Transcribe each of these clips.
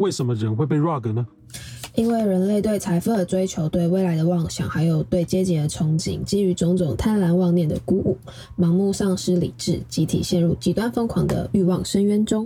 为什么人会被 rug 呢？ 因为人类对财富的追求、对未来的妄想，还有对阶级的憧憬，基于种种贪婪妄念的鼓舞，盲目丧失理智，集体陷入极端疯狂的欲望深渊中。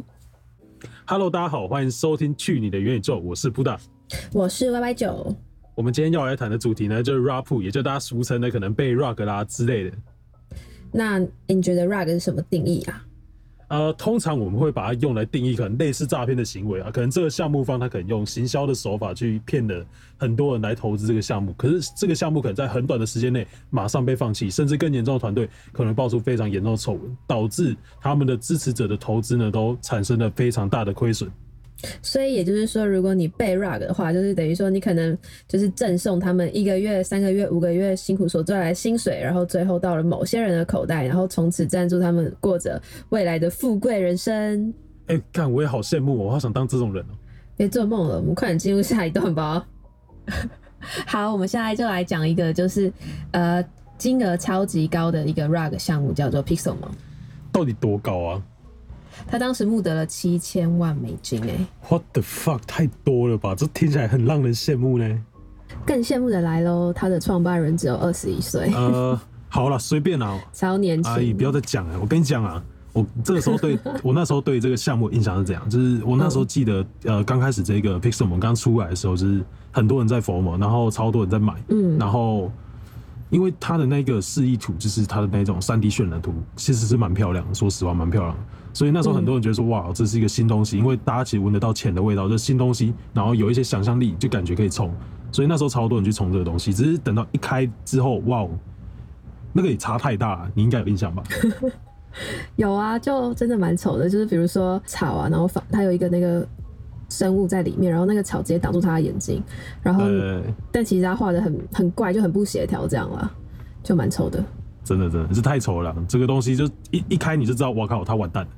Hello， 大家好，欢迎收听《去你的元宇宙》，我是布达， 我是 YY9。 我们今天要来谈的主题呢，就是 rug， 也就是大家俗称的可能被 rug 啦之类的。 那你觉得 rug 是什么定义啊？ 通常我们会把它用来定义可能类似诈骗的行为啊，可能这个项目方他可能用行销的手法去骗了很多人来投资这个项目，可是这个项目可能在很短的时间内马上被放弃，甚至更严重的团队可能爆出非常严重的丑闻，导致他们的支持者的投资呢都产生了非常大的亏损。 所以也就是说，如果你被 rug 的话，就是等于说你可能就是赠送他们1个月、3个月、5个月辛苦所赚来的薪水，然后最后到了某些人的口袋，然后从此赞助他们过着未来的富贵人生。 干，我也好羡慕，我好想当这种人哦。 别做梦了，我们快点进入下一段吧。好，我们现在就来讲一个就是金额超级高的一个 rug 项目，叫做 Pixelmon。 到底多高啊？ 他当时募得了7000万美金 What the fuck， 太多了吧？这听起来很让人羡慕呢。 更羡慕的来咯，他的创办人只有21岁。 好啦，随便啦， 超年轻。 阿姨，不要再讲了。我跟你讲啊，我这个时候对我那时候对这个项目印象是这样，就是我那时候记得，刚开始这个 Pixelmon 刚出来的时候，就是很多人在 FOMO， 然后超多人在买，然后因为他的那个示意图，就是他的那种3D 渲染图，其实是蛮漂亮的，说实话蛮漂亮的。所以那时候很多人觉得说，哇，这是一个新东西，因为大家其实闻得到钱的味道，就是新东西，然后有一些想象力，就感觉可以冲。所以那时候超多人去冲这个东西，只是等到一开之后，哇，那个也差太大了，你应该有印象吧？ 有啊，就真的蛮丑的，就是比如说草啊，然后它有一个那个生物在里面，然后那个草直接挡住他的眼睛，然后但其实他画的很怪，就很不协调，这样啦，就蛮丑的。 真的是太丑了，这个东西就一开你就知道，哇靠，他完蛋了。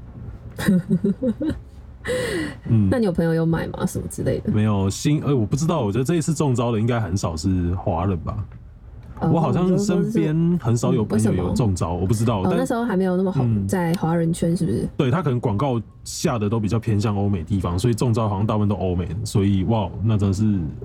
那你有朋友有买吗？什么之类的？ 没有我不知道，我觉得这一次中招的应该很少是华人吧。我好像身边很少有朋友有中招，我不知道。 那时候还没有那么红，在华人圈是不是？ 对，他可能广告下的都比较偏向欧美地方，所以中招好像大部分都欧美，所以哇，那真的是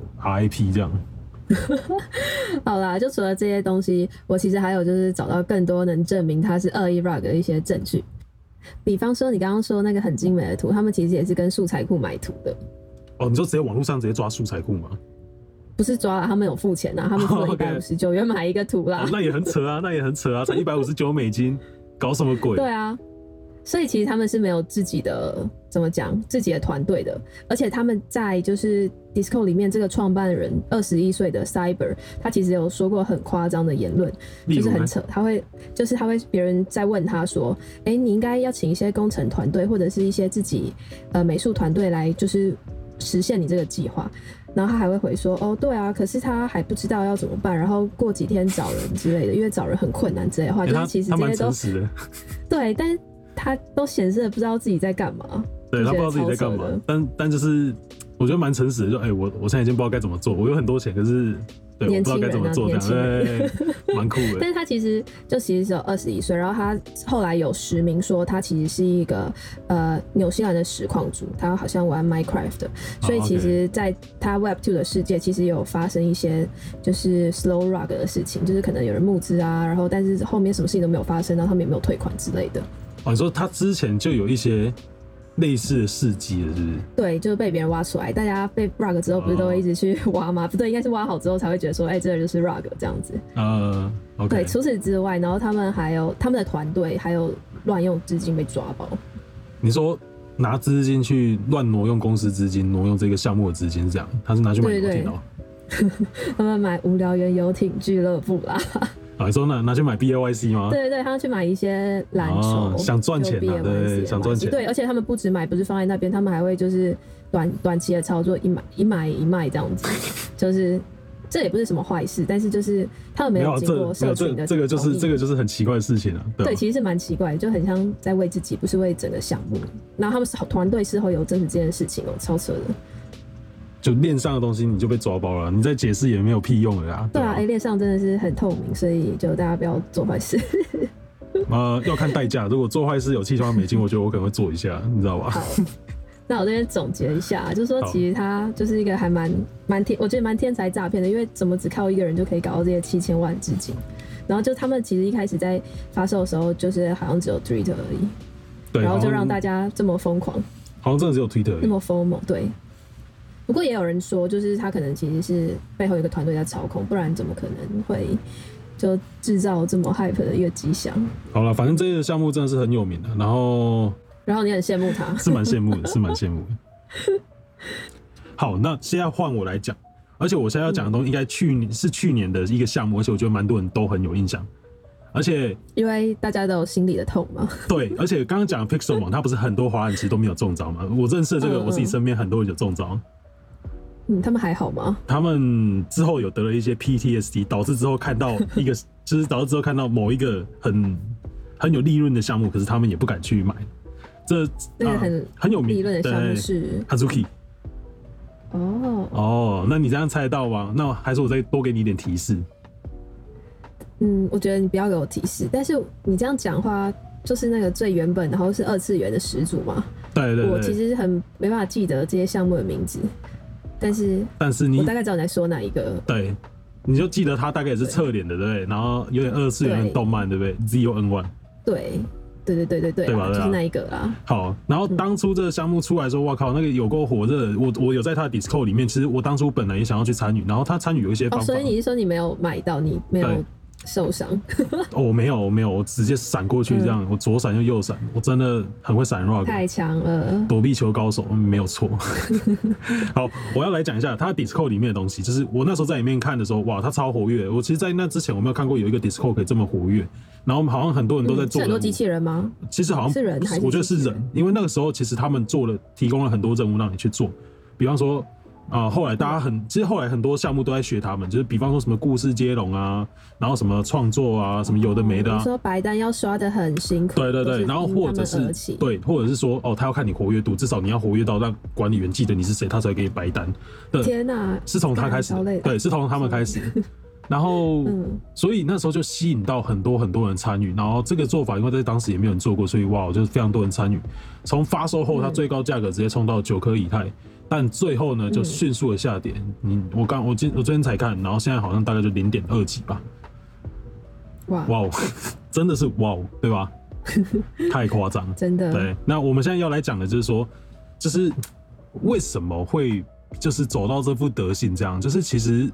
RIP 这样。 好啦，就除了这些东西，我其实还有就是找到更多能证明它是恶意 rug 的一些证据。比方说你刚刚说那个很精美的图，他们其实也是跟素材库买图的。 你就直接网络上直接抓素材库吗？ 不是抓了，他们有付钱啊，他们付了159元买一个图啦。 那也很扯啊，才159美金，搞什么鬼？ 对啊。所以其实他们是没有自己的怎么讲自己的团队的，而且他们在就是 Discord 里面这个创办人21岁的 Cyber， 他其实有说过很夸张的言论，就是很扯。他会别人在问他说，你应该要请一些工程团队或者是一些自己美术团队来就是实现你这个计划。然后他还会回说，对啊，可是他还不知道要怎么办，然后过几天找人之类的，因为找人很困难之类的话，就是其实这些都对，但是他都显示了不知道自己在干嘛。 对，他不知道自己在干嘛，但就是我觉得蛮诚实的，就我现在已经不知道该怎么做，我有很多钱，可是对我不知道该怎么做，这样对，蛮酷的。 但是他其实只有21岁，然后他后来有实名说他其实是一个纽西兰的实况主，他好像玩 Minecraft 的，所以其实在他 Web2 的世界其实有发生一些就是 slow rug 的事情，就是可能有人募资啊，然后但是后面什么事情都没有发生，然后他们也没有退款之类的。 你说他之前就有一些类似的事迹了，是不是？ 对，就是被别人挖出来，大家被 rug 之后不是都会一直去挖吗？不对，应该是挖好之后才会觉得说，这个就是 rug 这样子。 Okay. 对，除此之外，然后他们的团队还有乱用资金被抓包。 你说拿资金去乱挪用公司资金，挪用这个项目的资金，是这样？他是拿去买游艇哦。 他们买无聊猿游艇俱乐部啦。 你说拿去买 BAYC 吗？ 对，他们去买一些篮球， 想赚钱啊，对，想赚钱。 对，而且他们不止买，不是放在那边，他们还会就是短期的操作，一买一卖这样子，就是这也不是什么坏事，但是就是他们没有经过社群的这个就是很奇怪的事情啊。 对，其实是蛮奇怪的，就很像在为自己，不是为整个项目。然后他们团队事后有证实这件事情超扯的。 就链上的东西你就被抓包了，你再解释也没有屁用了啦。 对啊，链上真的是很透明，所以就大家不要做坏事。 要看代价，如果做坏事有7000万美金，我觉得我可能会做一下，你知道吧？ 那我这边总结一下，就是说其实他就是一个还我觉得蛮天才诈骗的，因为怎么只靠一个人就可以搞到这些7000万资金，然后就他们其实一开始在发售的时候，就是好像只有 Twitter 而已， 对， 然后就让大家这么疯狂， 好像真的只有 Twitter 而已那么疯猛，对。不过也有人说，就是他可能其实是背后有一个团队在操控，不然怎么可能会就制造这么 hype 的一个迹象？ 好了，反正这个项目真的是很有名的，然后你很羡慕他， 是蛮羡慕的，是蛮羡慕的。好，那现在换我来讲，而且我现在要讲的东西应该是去年的一个项目，而且我觉得蛮多人都很有印象，而且因为大家都有心里的痛嘛。 对，而且刚刚讲 Pixelmon， 它不是很多华人其实都没有中招嘛？我认识的这个，我自己身边很多人有中招。 他们还好吗？ 他们之后有得了一些 PTSD， 导致之后看到一个，就是导致之后看到某一个很有利润的项目，可是他们也不敢去买。 那个很有名利润的项目是 Azuki。 哦， 那你这样猜得到吗？那还是我再多给你一点提示。 我觉得你不要给我提示，但是你这样讲话，就是那个最原本，然后是2次元的始祖嘛。 对， 我其实很没办法记得这些项目的名字。但是我大概知道你在说哪一个。 对，你就记得它大概也是侧脸的，对不对？然后有点2次元的动漫，对不对 ？ZON1。 对吧？就是那一个啦。 好，然后当初这个项目出来的时候，哇靠，那个有够火热。我有在他的 Discord 里面，其实我当初本来也想要去参与，然后他参与有一些方法。 所以你是说你没有买到，你没有受伤？ 我没有，我直接闪过去这样，我左闪又右闪，我真的很会闪 rock， 太强了， 躲避球高手，没有错。好，我要来讲一下他 Discord 里面的东西，就是我那时候在里面看的时候，哇，他超活跃。我其实，在那之前我没有看过有一个 Discord 可以这么活跃，然后好像很多人都在做。 是很多机器人吗？ 其实好像是人还是？ 我觉得是人，因为那个时候其实他们提供了很多任务让你去做，比方说。后来大家其实后来很多项目都在学他们，就是比方说什么故事接龙啊，然后什么创作啊，什么有的没的啊。 你说白单要刷得很辛苦。 对，然后或者是说他要看你活跃度，至少你要活跃到让管理员记得你是谁，他才会给你白单。 天哪， 是从他开始，对，是从他们开始。然后，所以那时候就吸引到很多人参与。然后这个做法，因为在当时也没有人做过，所以哇，就是非常多人参与。从发售后，它最高价格直接冲到9颗以太。但最后呢，就迅速的下跌。我昨天才看，然后现在好像大概就0.2几吧。哇哦，真的是哇哦，对吧？太夸张， 真的。 对，那我们现在要来讲的就是说，就是为什么会就是走到这副德行这样？就是其实，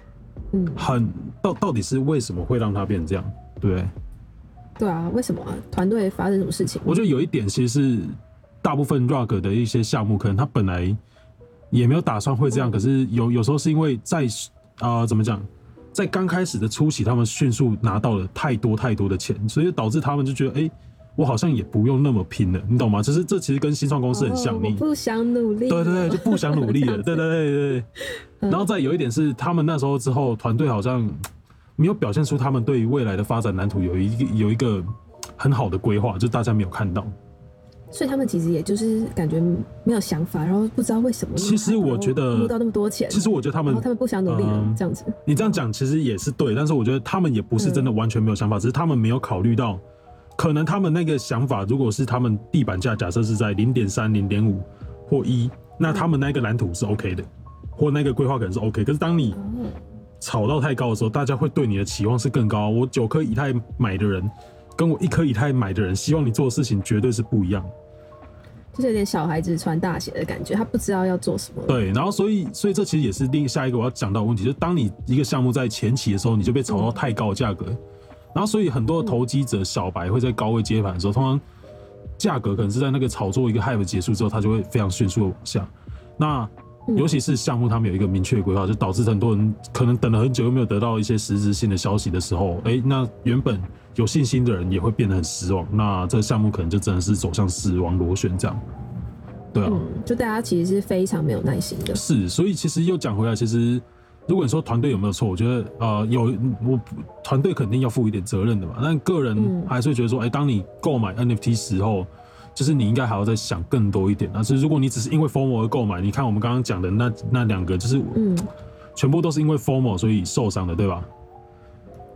到底是为什么会让它变成这样？对不对？ 对啊，为什么啊？团队发生什么事情？ 我觉得有一点其实是大部分 ROG 的一些项目，可能它本来也没有打算会这样，可是有时候是因为在怎么讲，在刚开始的初期，他们迅速拿到了太多的钱，所以导致他们就觉得，我好像也不用那么拼了，你懂吗？就是这其实跟新创公司很像，你不想努力， 对，就不想努力了，对。然后再有一点是，他们那时候之后，团队好像没有表现出他们对于未来的发展蓝图有一个很好的规划，就大家没有看到。 所以他们其实也就是感觉没有想法，然后不知道为什么。 其实我觉得募到那么多钱， 其实我觉得他们不想努力了，这样子。 你这样讲其实也是对，但是我觉得他们也不是真的完全没有想法，只是他们没有考虑到，可能他们那个想法，如果是他们地板价假设是在0.3、0.5或1，那他们那个蓝图是 OK 的，或那个规划可能是 OK。可是当你炒到太高的时候，大家会对你的期望是更高。我9颗以太买的人，跟我1颗以太买的人，希望你做的事情绝对是不一样。 就是有点小孩子穿大鞋的感觉，他不知道要做什么。 对，然后所以这其实也是下一个我要讲到的问题，就是当你一个项目在前期的时候，你就被炒到太高的价格，然后所以很多的投机者小白会在高位接盘的时候，通常价格可能是在那个炒作一个 hype 结束之后，它就会非常迅速的往下。那尤其是项目他们有一个明确的规划，就导致很多人可能等了很久又没有得到一些实质性的消息的时候，那原本有信心的人也会变得很失望，那这个项目可能就真的是走向死亡螺旋这样。对啊， 就大家其实是非常没有耐心的。 是，所以其实又讲回来，其实如果你说团队有没有错，我觉得团队肯定要负一点责任的嘛，但个人还是会觉得说，当你购买 NFT 时候，就是你应该还要再想更多一点。但是如果你只是因为 FOMO 而购买，你看我们刚刚讲的那2个，就是全部都是因为 FOMO 所以受伤的，对吧？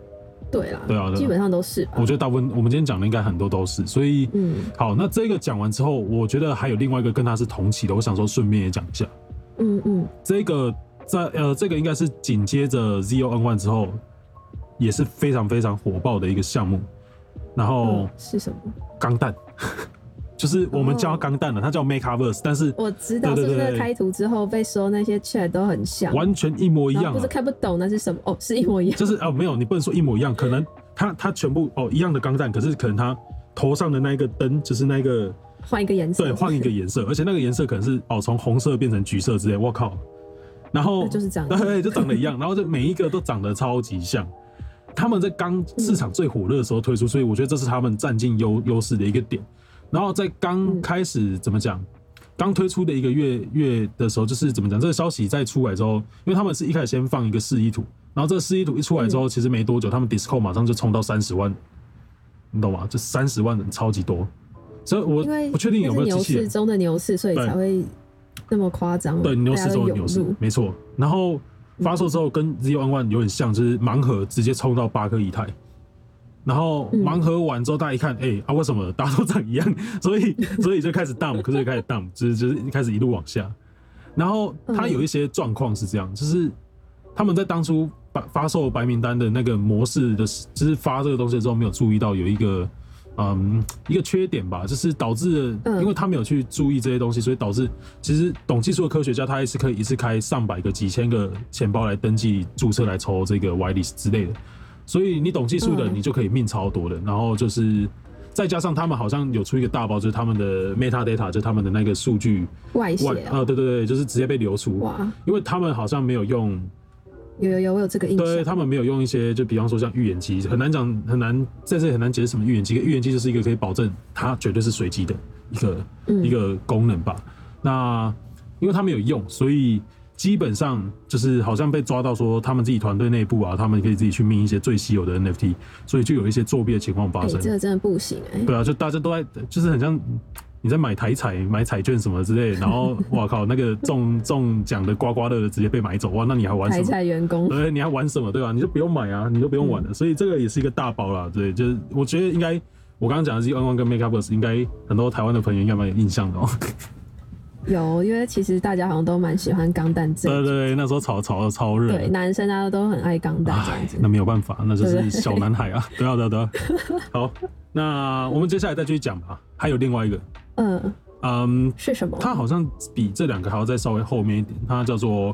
对啦， 对啊， 基本上都是吧。 我觉得大部分我们今天讲的应该很多都是，所以好，那这个讲完之后，我觉得还有另外一个跟他是同期的，我想说顺便也讲一下。这个这个应该是紧接着 ZON1 之后，也是非常非常火爆的一个项目。然后是什么？ 钢弹。就是我们叫它钢弹了，它叫 Mechaverse， 但是我知道，是不是开图之后被说那些 chat 都很像， 完全一模一样， 不是看不懂那是什么哦，是一模一样， 就是没有，你不能说一模一样，可能它全部一样的钢弹，可是可能它头上的那一个灯就是那个换一个颜色， 对，换一个颜色，而且那个颜色可能是从红色变成橘色之类，我靠，然后就是长得对，就长得一样，然后就每一个都长得超级像。他们在刚市场最火热的时候推出，所以我觉得这是他们占尽优势的一个点。然后在刚开始怎么讲，刚推出的一个月的时候，就是怎么讲，这个消息在出来之后，因为他们是一开始先放一个示意图，然后这个示意图一出来之后，其实没多久，他们 Discord 马上就冲到30万，你懂吗？就30万人，超级多。所以我不确定有没有机器人， 牛市中的牛市，所以才会那么夸张。 对，牛市中的牛市，没错。然后发售之后跟 ZON1 有点像，就是盲盒直接冲到8颗以太。然后盲盒完之后，大家一看，为什么大家都长一样？所以就开始 dump， 可是就开始 dump， 就是开始一路往下。然后它有一些状况是这样，就是他们在当初发售白名单的那个模式的，就是发这个东西的时候，没有注意到有一个缺点吧，就是导致因为他没有去注意这些东西，所以导致其实懂技术的科学家，他可以一次开上百个、几千个钱包来登记、注册来抽这个 whitelist 之类的。所以你懂技术的，你就可以命超多的。然后就是再加上他们好像有出一个大包，就是他们的 metadata， 就是他们的那个数据外泄对，就是直接被流出。哇！因为他们好像没有用， 我有这个印象。 对，他们没有用一些，就比方说像预言机，很难讲，在这里很难解释什么预言机。预言机就是一个可以保证它绝对是随机的一个功能吧。那因为他们有用，所以基本上就是好像被抓到说他们自己团队内部他们可以自己去命一些最稀有的 NFT， 所以就有一些作弊的情况发生。 这个真的不行对啊，就大家都在，就是很像你在买买彩券什么之类的，然后哇靠，那个中奖的刮刮乐直接被买走，哇，那你还玩什么？ 台彩员工， 对，你还玩什么？对吧？你就不用买啊，你就不用玩了。所以这个也是一个大包啦，对，就是我觉得应该我刚刚讲的ZON1跟 Mechaverse 应该很多台湾的朋友应该蛮有印象的有，因为其实大家好像都蛮喜欢钢弹这一， 对，那时候炒得超热， 对，男生大家都很爱钢弹这样子， 那没有办法，那就是小男孩啊，对啊。好，那我们接下来再继续讲吧，还有另外一个， 是什么？ 它好像比这两个还要再稍微后面一点，它叫做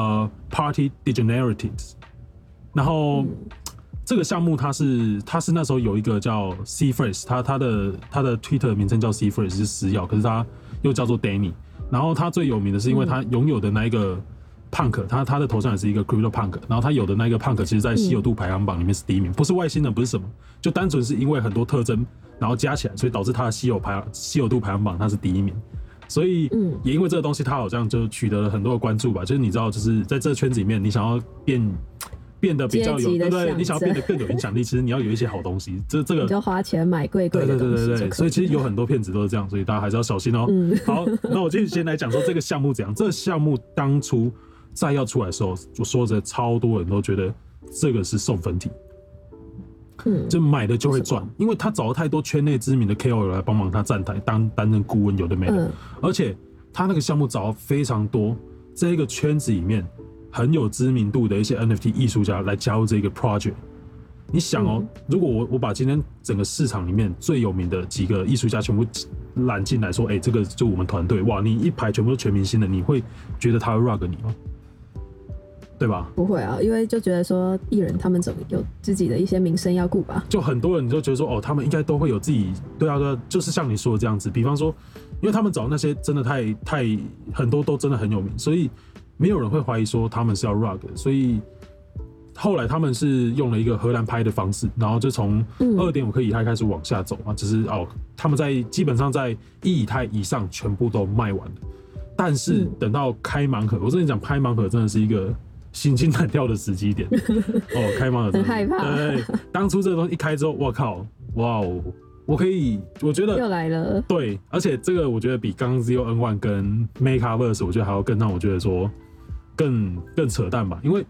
Party Degenerates， 然后这个项目它是那时候有一个叫 C-Fresh， 它的 Twitter 名称叫 C-Fresh 是食药，可是它又叫做 Danny。然后他最有名的是因为他拥有的那一个 Punk， 他的头上也是一个 Crypto Punk， 然后他有的那个 Punk 其实在稀有度排行榜里面是第一名，不是外星人，不是什么，就单纯是因为很多特征，然后加起来，所以导致他的稀有度排行榜他是第一名。所以也因为这个东西，他好像就取得了很多的关注吧。就是你知道，就是在这个圈子里面，你想要变得比较有，对不对？你想要变得更有影响力，其实你要有一些好东西。这个你就花钱买贵的东西。 对，所以其实有很多骗子都是这样，所以大家还是要小心哦。好，那我就先来讲说这个项目怎样。这个项目当初在要出来的时候，我说着超多人都觉得这个是送分题，就买的就会赚，因为他找了太多圈内知名的 KOL 来帮忙他站台担任顾问，有的没的，而且他那个项目找了非常多这个圈子里面很有知名度的一些 NFT 艺术家来加入这个 project。你想如果我把今天整个市场里面最有名的几个艺术家全部揽进来说，这个就我们团队，哇，你一排全部都全明星的，你会觉得他会 rug 你吗？对吧？ 不会啊，因为就觉得说艺人他们总有自己的一些名声要顾吧。 就很多人就觉得说，他们应该都会有自己，对啊，就是像你说的这样子。比方说，因为他们找那些真的太很多都真的很有名，所以没有人会怀疑说他们是要 rug 的。所以后来他们是用了一个荷兰拍的方式，然后就从2.5颗以太开始往下走嘛，只是他们基本上在1以太以上全部都卖完了。但是等到开盲盒，我跟你讲，开盲盒真的是一个心惊胆跳的时机点开盲盒真的很害怕。 对，当初这个东西一开之后，我靠，哇哦！我觉得又来了。 对，而且这个我觉得比刚 ZON1 跟 Mechaverse 我觉得还要更让我觉得说更扯淡吧，因为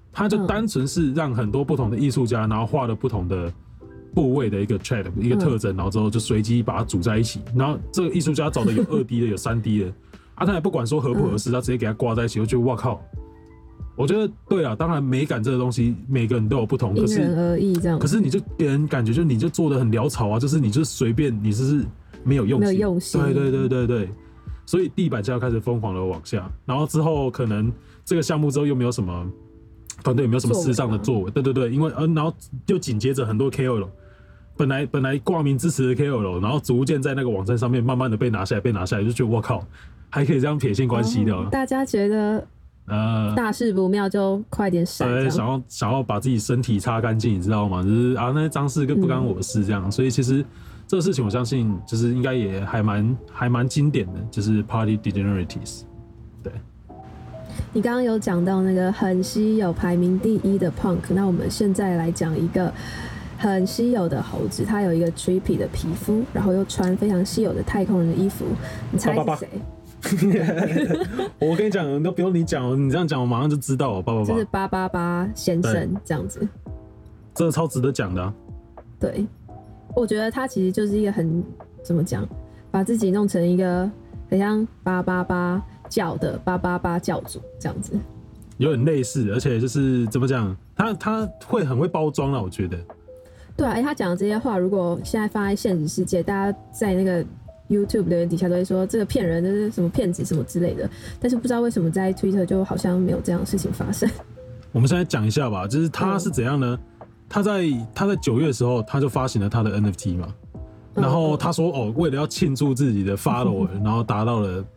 它就单纯是让很多不同的艺术家，然后画了不同的部位的一个 trait 一个特征，然后之后就随机把它组在一起。然后这个艺术家找的有2D 的，有3D 的，他也不管说合不合适，他直接给它挂在一起。我觉得哇靠，我觉得对啊，当然美感这个东西每个人都有不同， 因人而异这样。 可是你就给人感觉就你就做的很潦草啊，就是你就随便，你就是没有用心， 没有用心。 对。所以地板就要开始疯狂的往下，然后之后可能这个项目之后又没有什么团队，也没有什么时尚的作为，对，因为然后又紧接着很多 KOL， 本来挂名支持的 KOL， 然后逐渐在那个网站上面慢慢的被拿下来，就觉得我靠，还可以这样撇清关系的。 大家觉得大事不妙就快点闪， 对，想要把自己身体擦干净，你知道吗？就是那些脏事不干我的事这样，所以其实。这个事情我相信就是应该也还蛮经典的，就是 Party Degenerates。对， 你刚刚有讲到那个很稀有排名第1的 Punk， 那我们现在来讲一个很稀有的猴子，它有一个 trippy 的皮肤，然后又穿非常稀有的太空人的衣服，你猜是谁？ 我跟你讲，都不用你讲，你这样讲我马上就知道了。888 就是888先生这样子， 这个超值得讲的啊。 对。我觉得他其实就是一个很怎么讲，把自己弄成一个很像888教的888教主这样子， 有点类似，而且就是怎么讲，他会很会包装啊，我觉得。 对啊，他讲的这些话，如果现在放在现实世界，大家在那个 YouTube 留言底下都会说这个骗人，这是什么骗子什么之类的，但是不知道为什么在 Twitter 就好像没有这样的事情发生。 我们现在讲一下吧，就是他是怎样呢？他在9月的时候，他就发行了他的 NFT 嘛，然后他说为了要庆祝自己的 follower， 然后达到了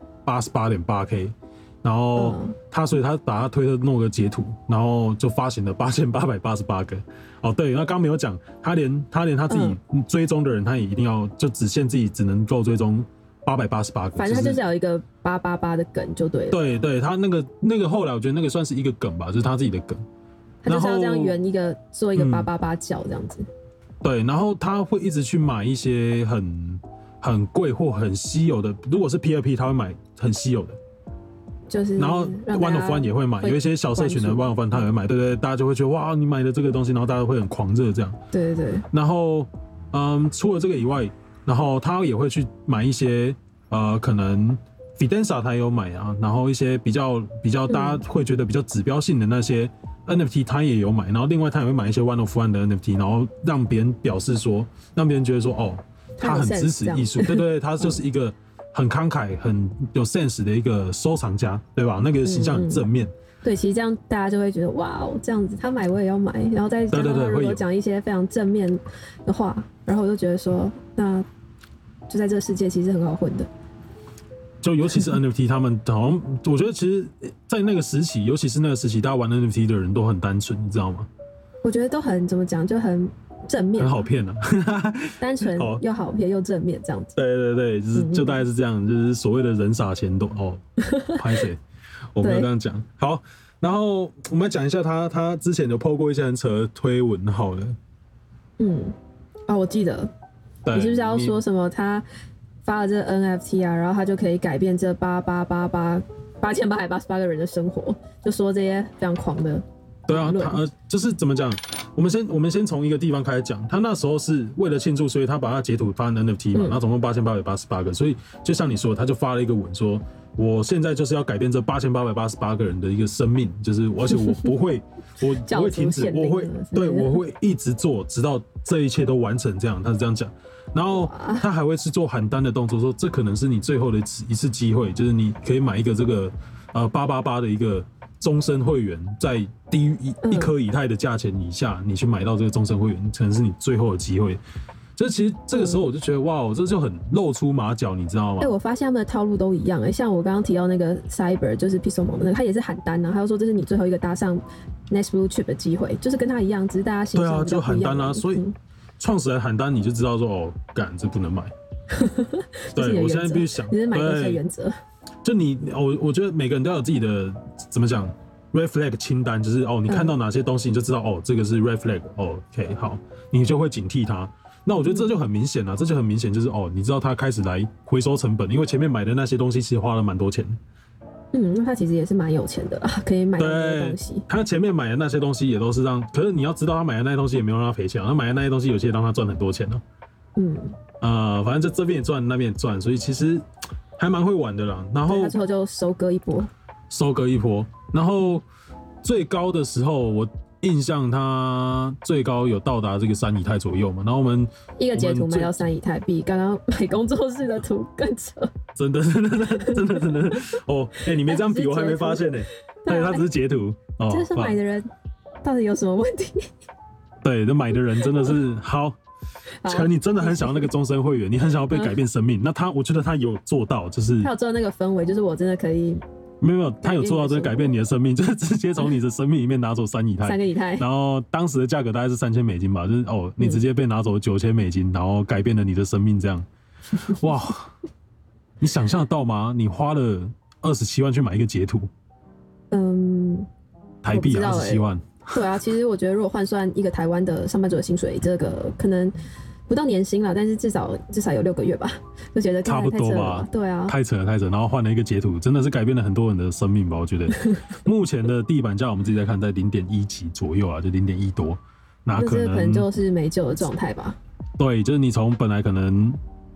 88.8K， 然后所以他把他推特弄个截图，然后就发行了8888个。对，那刚刚没有讲，他连他自己追踪的人，他也一定要就只限自己只能够追踪888个， 反正他就是有一个888的梗就对了。 对，他那个后来我觉得那个算是一个梗吧，就是他自己的梗。 他就是要这样圆一个做一个888教这样子。 对，然后他会一直去买一些很贵或很稀有的，如果是 P2P 他会买很稀有的， 就是然后 One of One 也会买，有一些小社群的 One of One 他也会买，对，大家就会觉得哇，你买的这个东西，然后大家会很狂热这样。对。然后除了这个以外，然后他也会去买一些可能 Fidenza 他也有买啊，然后一些比较大家会觉得比较指标性的那些 NFT 他也有买，然后另外他也会买一些 One of One 的 NFT， 然后让别人让别人觉得说他很支持艺术，对，他就是一个很慷慨、很有 sense 的一个收藏家，对吧？那个形象很正面。 对，其实这样大家就会觉得哇，这样子他买我也要买，然后再加上他如果讲一些非常正面的话，然后我就觉得说，那就在这个世界其实很好混的。 就尤其是 NFT， 他们好像我觉得其实，在那个时期，尤其是那个时期，大家玩 NFT 的人都很单纯，你知道吗？我觉得都很怎么讲，就很正面， 很好骗啊， 单纯又好骗又正面这样子。 对，就大概是这样，就是所谓的人傻钱多拍谁？我没有这样讲。好，然后我们来讲一下他之前有 po 过一些很扯的推文，好了。 我记得，你是不是要说什么他？发了这个 NFT 啊，然后他就可以改变这8888个人的生活，就说这些非常狂的。 对啊，就是怎么讲？我们先从一个地方开始讲。他那时候是为了庆祝，所以他把他截图发成 NFT 嘛，然后总共8888个。所以就像你说的，他就发了一个文说，我现在就是要改变这8888个人的一个生命，就是而且我不会停止，我会一直做，直到这一切都完成。这样，他是这样讲。然后他还会去做喊单的动作，说这可能是你最后的一次机会，就是你可以买一个这个888的一个终身会员，在低于一颗以太的价钱以下，你去买到这个终身会员，可能是你最后的机会。就其实这个时候我就觉得哇，这就很露出马脚，你知道吗？ 我发现他们的套路都一样。像我刚刚提到那个 Cyber， 就是 Pixelmon 的那个，他也是喊单啊，他就说这是你最后一个搭上 Next Blue Chip 的机会，就是跟他一样，只是大家形象比较不一样。 对啊，就喊单啊，所以创始人喊单，你就知道说干这不能买。对，我现在必须想， 你是买东西的原则。 就我觉得每个人都有自己的怎么讲 red flag 清单，就是你看到哪些东西你就知道这个是 red flag，OK 好，你就会警惕它。那我觉得这就很明显了，这就很明显就是你知道他开始来回收成本，因为前面买的那些东西其实花了蛮多钱。 那他其实也是蛮有钱的啦，可以买到那些东西。 他前面买的那些东西也都是可是你要知道，他买的那些东西也没有让他赔钱，他买的那些东西有些让他赚很多钱呢。反正这边也赚，那边也赚，所以其实还蛮会玩的啦。然后他之后就收割一波， 然后最高的时候，我印象他最高有到达这个3以太左右嘛。然后我们一个截图卖到3以太，比刚刚买工作室的图更扯。 真的哦，你没这样比，我还没发现呢。对，他只是截图。 这是买的人到底有什么问题？ 对，这买的人真的是好。可能你真的很想要那个终身会员，你很想要被改变生命，那我觉得他有做到，就是他有做到那个氛围，就是我真的可以。 没有，他有做到这个改变你的生命，就是直接从你的生命里面拿走3以太，然后当时的价格大概是$3000吧，就是你直接被拿走$9000，然后改变了你的生命，这样，哇，你想象得到吗？你花了27万去买一个截图，台币27万。 对啊，其实我觉得如果换算一个台湾的上班族的薪水，这个可能不到年薪啦，但是至少有6个月吧，就觉得差不多吧。 对啊， 太扯了，然后换了一个截图，真的是改变了很多人的生命吧？我觉得目前的地板价我们自己在看，在0.1几左右啊，就0.1多，那可能就是没救的状态吧。 对，就是你从本来可能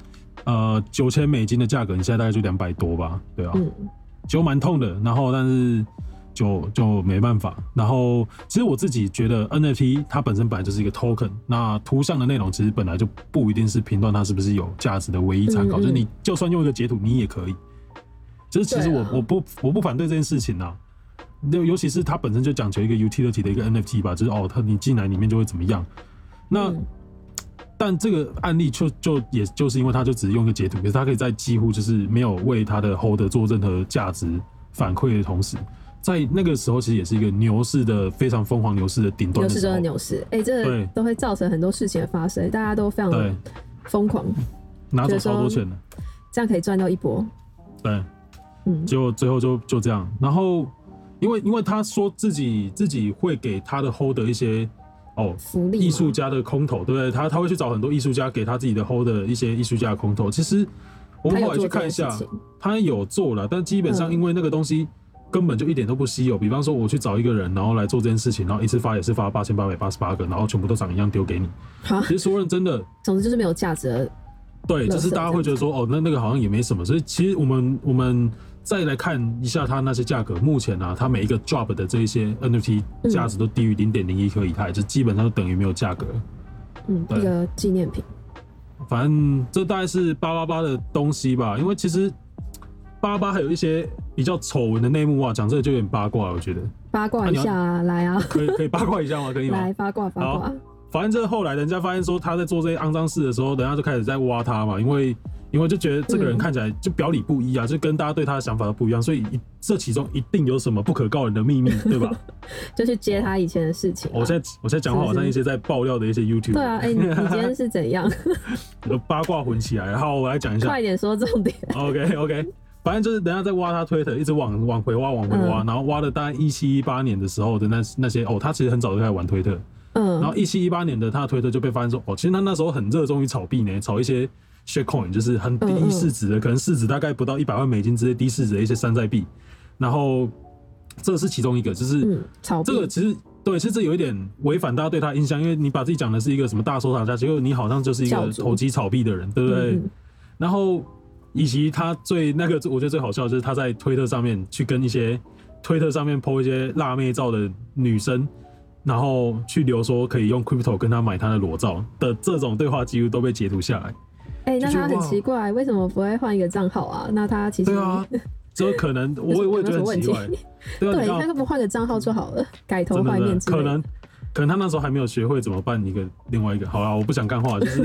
$9000的价格，你现在大概就200多吧，对啊，就蛮痛的。然后但是。就没办法。然后其实我自己觉得 NFT 它本身就是一个 token， 那图像的内容其实本来就不一定是评断它是不是有价值的唯一参考，就是你就算用一个截图你也可以。就是其实我不反对这件事情啊，尤其是它本身就讲求一个 utility 的一个 NFT 吧，就是你进来里面就会怎么样。那但这个案例也就是因为它就只是用一个截图，可是它可以在几乎就是没有为它的 holder 做任何价值反馈的同时。在那个时候，其实也是一个牛市的非常疯狂牛市的顶端的时候。 牛市，这个都会造成很多事情的发生，大家都非常疯狂， 拿走超多钱的， 这样可以赚到一波。 对，结果最后就这样。然后，因为他说自己会给他的 holder 一些福利， 艺术家的空投，对不对？他会去找很多艺术家给他自己的 holder 一些艺术家的空投。其实我们后来去看一下，他有做了，但基本上因为那个东西。根本就一点都不稀有。比方说，我去找一个人，然后来做这件事情，然后一次发也是发8888个，然后全部都长一样丢给你。其实说认真的， 总之就是没有价值的。 对，就是大家会觉得说，那个好像也没什么。所以其实我们再来看一下它那些价格，目前啊，它每一个 drop 的这一些 NFT 价值都低于0.01颗以太，就基本上都等于没有价格。 一个纪念品。 反正这大概是888的东西吧，因为其实。888还有一些比较丑闻的内幕啊，讲这个就有点八卦，我觉得。 八卦一下啊，来啊！ 可以八卦一下吗？可以吗？ 来八卦。 反正这后来人家发现说他在做这些肮脏事的时候，人家就开始在挖他嘛，因为就觉得这个人看起来就表里不一啊，就跟大家对他的想法都不一样，所以这其中一定有什么不可告人的秘密，对吧？ 就去接他以前的事情。 我现在讲话好像一些在爆料的一些 YouTube。 对啊，你今天是怎样？ 八卦混起来，好，我来讲一下。 快点说重点。 OK。反正就是人家在挖他推特，一直往回挖，然后挖了大概1718年的时候的那些他其实很早就开始玩推特，然后1718年的他的推特就被发现说其实他那时候很热衷于炒币呢，炒一些 shitcoin， 就是很低市值的，可能市值大概不到100万美金这些低市值的一些山寨币，然后这是其中一个，就是这个其实对，其实这有一点违反大家对他的印象，因为你把自己讲的是一个什么大收藏家，结果你好像就是一个投机炒币的人，对不对？然后。以及他我觉得最好笑的就是他在推特上面去跟一些推特上面 po 一些辣妹照的女生，然后去留说可以用 crypto 跟他买他的裸照的这种对话记录都被截图下来。 那他很奇怪，为什么不会换一个账号啊？那他其实对啊，这可能我也觉得很奇怪。 对，他不换个账号就好了，改头换面之类的。 可能他那时候还没有学会怎么办另外一个。好啦，我不想干话，就是，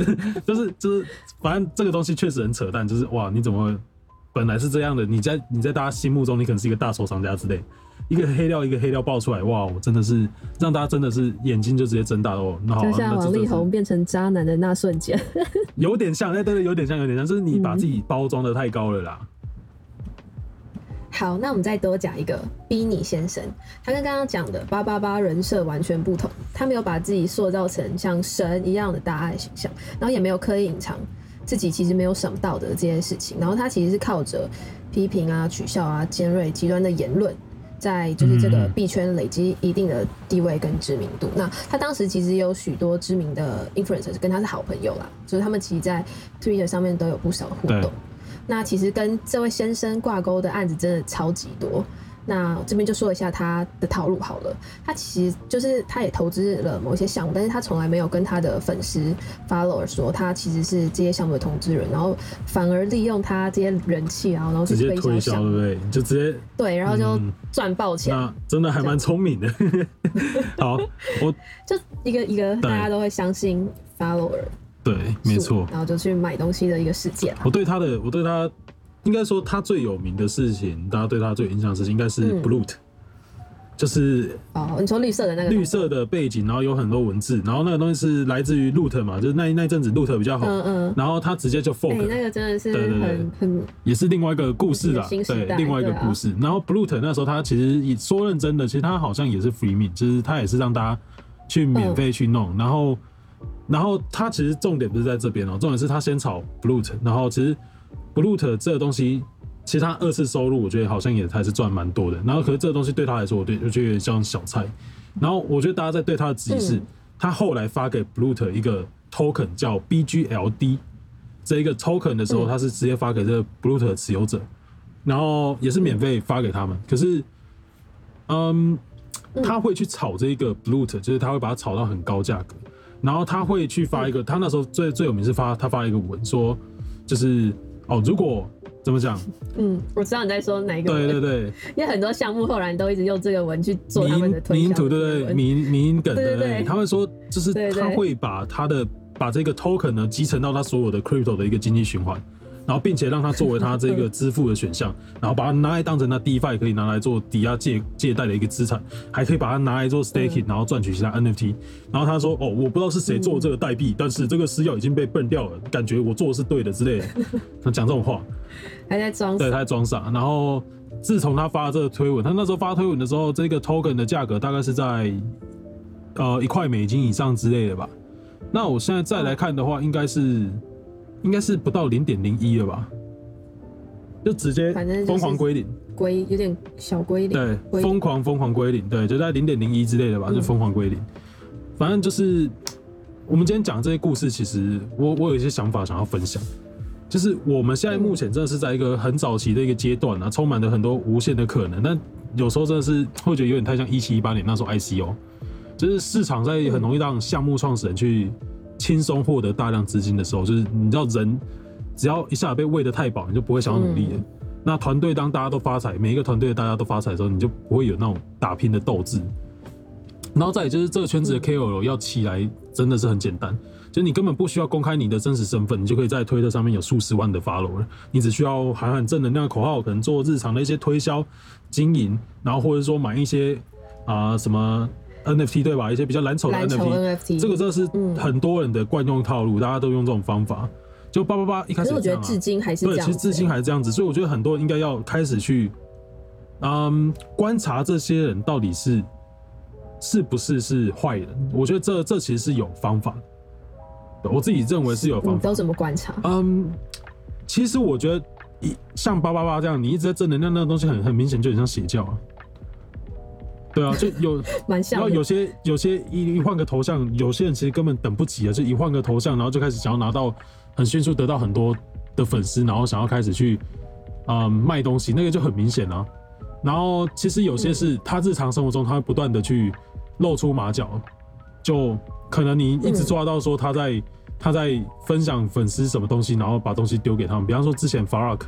反正这个东西确实很扯淡，就是哇，你怎么本来是这样的？你在大家心目中，你可能是一个大收藏家之类，一个黑料爆出来，哇，我真的是让大家真的是眼睛就直接睁大了。那好， 就像王力宏变成渣男的那瞬间， 有点像，对，有点像，就是你把自己包装的太高了啦。 好，那我们再多讲一个 Beanie 先生，他跟刚刚讲的888人设完全不同，他没有把自己塑造成像神一样的大爱形象，然后也没有刻意隐藏自己其实没有想到的这件事情，然后他其实是靠着批评啊、取笑啊、尖锐极端的言论，在就是这个币圈累积一定的地位跟知名度。那他当时其实有许多知名的 influencers 跟他是好朋友啦，就是他们其实在 Twitter 上面都有不少互动。那其实跟这位先生挂钩的案子真的超级多。那这边就说一下他的套路好了，他其实就是他也投资了某一些项目，但是他从来没有跟他的粉丝 follower 说他其实是这些项目的投资人，然后反而利用他这些人气啊，然后去推销，对不对？就直接对，然后就赚爆钱， 那真的还蛮聪明的。好，我就一个大家都会相信 follower， 对，没错， 然后就去买东西的一个事件。 我对他应该说他最有名的事情，大家对他最有印象的事情应该是 Bloot，就是你说绿色的那个绿色的背景，然后有很多文字，然后那个东西是来自于 Loot 嘛，就是那阵子 Loot 比较好，然后他直接就 fork， 那个真的是很也是另外一个故事啦，对，另外一个故事。然后 Bloot 那时候他其实说认真的，其实他好像也是 free mint， 就是他也是让大家去免费去弄，然后他其实重点不是在这边哦，重点是他先炒 Bloot， 然后其实 Bloot 这个东西，其实他二次收入，我觉得好像也还是赚蛮多的。然后，可是这个东西对他来说，我觉得有点像小菜。然后，我觉得大家在对他的质疑是，他后来发给 Bloot 一个 token 叫 BGLD， 这一个 token 的时候，他是直接发给这个 Bloot 的持有者，然后也是免费发给他们。可是，他会去炒这个 Bloot， 就是他会把它炒到很高价格，然后他会去发一个，他那时候最有名是他发了一个文说，就是如果怎么讲？ 我知道你在说哪一个文。 对， 因为很多项目后来都一直用这个文去做他们的推销。 迷因图，对，迷因梗， 对， 他会说，就是他会把这个 token 呢集成到他所有的 crypto 的一个经济循环，然后并且让它作为他这个支付的选项，然后把它拿来当成他 DeFi 可以拿来做抵押借贷的一个资产，还可以把它拿来做 staking，然后赚取其他 NFT。然后他说：“我不知道是谁做这个代币，但是这个私钥已经被笨掉了，感觉我做的是对的之类的。”他讲这种话， 还在装傻， 对，他在装傻。然后自从他发了这个推文，他那时候发推文的时候，这个 token 的价格大概是在1块美金以上之类的吧。那我现在再来看的话，应该是不到 0.01 了吧，就直接疯狂归零， 有点小归零， 对，疯狂归零，对，就在 0.01 之类的吧，就疯狂归零。反正就是我们今天讲这些故事，其实我有一些想法想要分享，就是我们现在目前真的是在一个很早期的一个阶段啊，充满了很多无限的可能，但有时候真的是会觉得有点太像17、18年那时候 ICO， 就是市场在很容易让项目创始人去轻松获得大量资金的时候，就是你知道人只要一下被喂得太饱，你就不会想要努力了。那团队当大家都发财，每一个团队大家都发财的时候，你就不会有那种打拼的斗志。然后再来就是这个圈子的 KOL 要起来真的是很简单，就是你根本不需要公开你的真实身份，你就可以在推特上面有数十万的 follower， 你只需要喊正能量的口号，可能做日常的一些推销经营，然后或者说买一些什么 NFT 对吧？一些比较蓝筹的 NFT， 这个真的是很多人的惯用套路，大家都用这种方法。就888一开始，可是我觉得至今还是这样， 对，其实至今还是这样子，所以我觉得很多人应该要开始去观察这些人到底是不是坏人。我觉得这其实是有方法的，我自己认为是有方法。 你都怎么观察？ 其实我觉得像888这样，你一直在正能量那个东西很明显就很像邪教啊。对啊，就有蛮像的。 然后有些一换个头像，有些人其实根本等不及啊，就一换个头像，然后就开始想要拿到很迅速得到很多的粉丝，然后想要开始去卖东西，那个就很明显啊。然后其实有些是他日常生活中他会不断的去露出马脚，就可能你一直抓到说他在分享粉丝什么东西，然后把东西丢给他们。比方说之前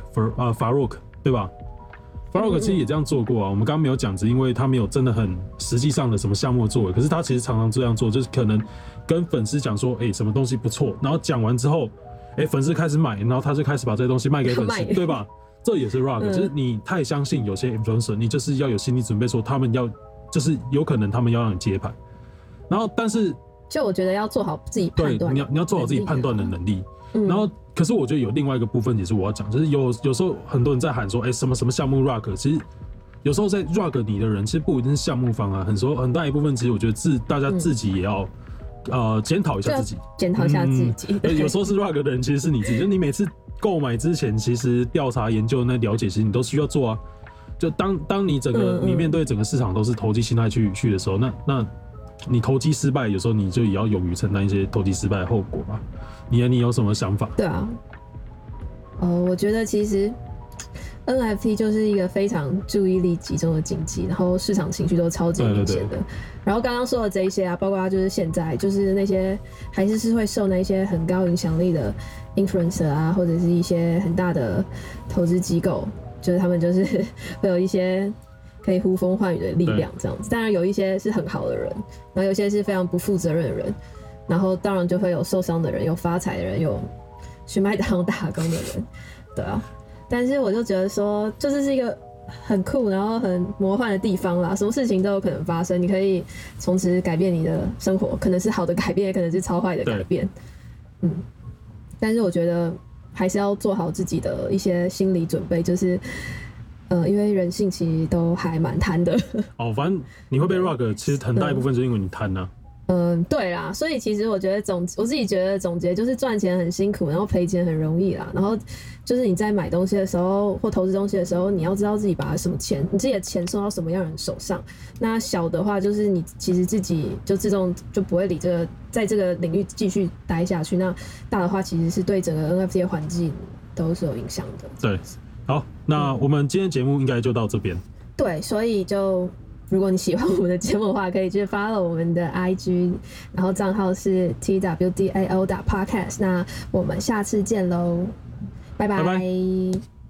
Farouk 对吧？Farouk 其实也这样做过啊，我们刚刚没有讲，只因为他没有真的很实际上的什么项目作为，可是他其实常常这样做，就是可能跟粉丝讲说，什么东西不错，然后讲完之后，粉丝开始买，然后他就开始把这些东西卖给粉丝，对吧？这也是 rug，就是你太相信有些 influencer， 你就是要有心理准备，说他们要，就是有可能他们要让你接盘，然后但是就我觉得要做好自己判断， 对，你要做好自己判断的能力，然后。可是我觉得有另外一个部分也是我要讲，就是有时候很多人在喊说，什么项目 rug， 其实有时候在 rug 你的人其实不一定是项目方啊，很大一部分其实我觉得大家自己也要检讨一下自己， 检讨一下自己。 有时候是 rug 的人，其实是你自己，就你每次购买之前，其实调查研究那了解，其实你都需要做啊。就当你整个你面对整个市场都是投机心态去的时候，那你投机失败，有时候你就也要勇于承担一些投机失败的后果吧。你有什么想法？ 对啊，我觉得其实 NFT 就是一个非常注意力集中的经济，然后市场情绪都超级明显的。然后刚刚说的这一些啊，包括就是现在就是那些还是会受那些很高影响力的 influencer 啊，或者是一些很大的投资机构，就是他们就是会有一些可以呼风唤雨的力量这样子。当然有一些是很好的人，然后有一些是非常不负责任的人，然后当然就会有受伤的人，有发财的人，有去麦当劳打工的人，对啊。但是我就觉得说，就是一个很酷，然后很魔幻的地方啦，什么事情都有可能发生。你可以从此改变你的生活，可能是好的改变，也可能是超坏的改变。但是我觉得还是要做好自己的一些心理准备，就是因为人性其实都还蛮贪的。 反正你会被 rug， 其实很大一部分是因为你贪啊。 对啦，所以其实我觉得我自己觉得总结就是赚钱很辛苦，然后赔钱很容易啦。然后就是你在买东西的时候或投资东西的时候，你要知道自己把什么钱，你自己的钱送到什么样的人手上。那小的话就是你其实自己就自动就不会在这个领域继续待下去。那大的话其实是对整个 NFT 的环境都是有影响的。 对，好，那我们今天节目应该就到这边。 对，所以就。如果你喜欢我们的节目的话，可以去 follow 我们的 IG， 然后账号是 TWDAO.podcast。那我们下次见喽，拜拜。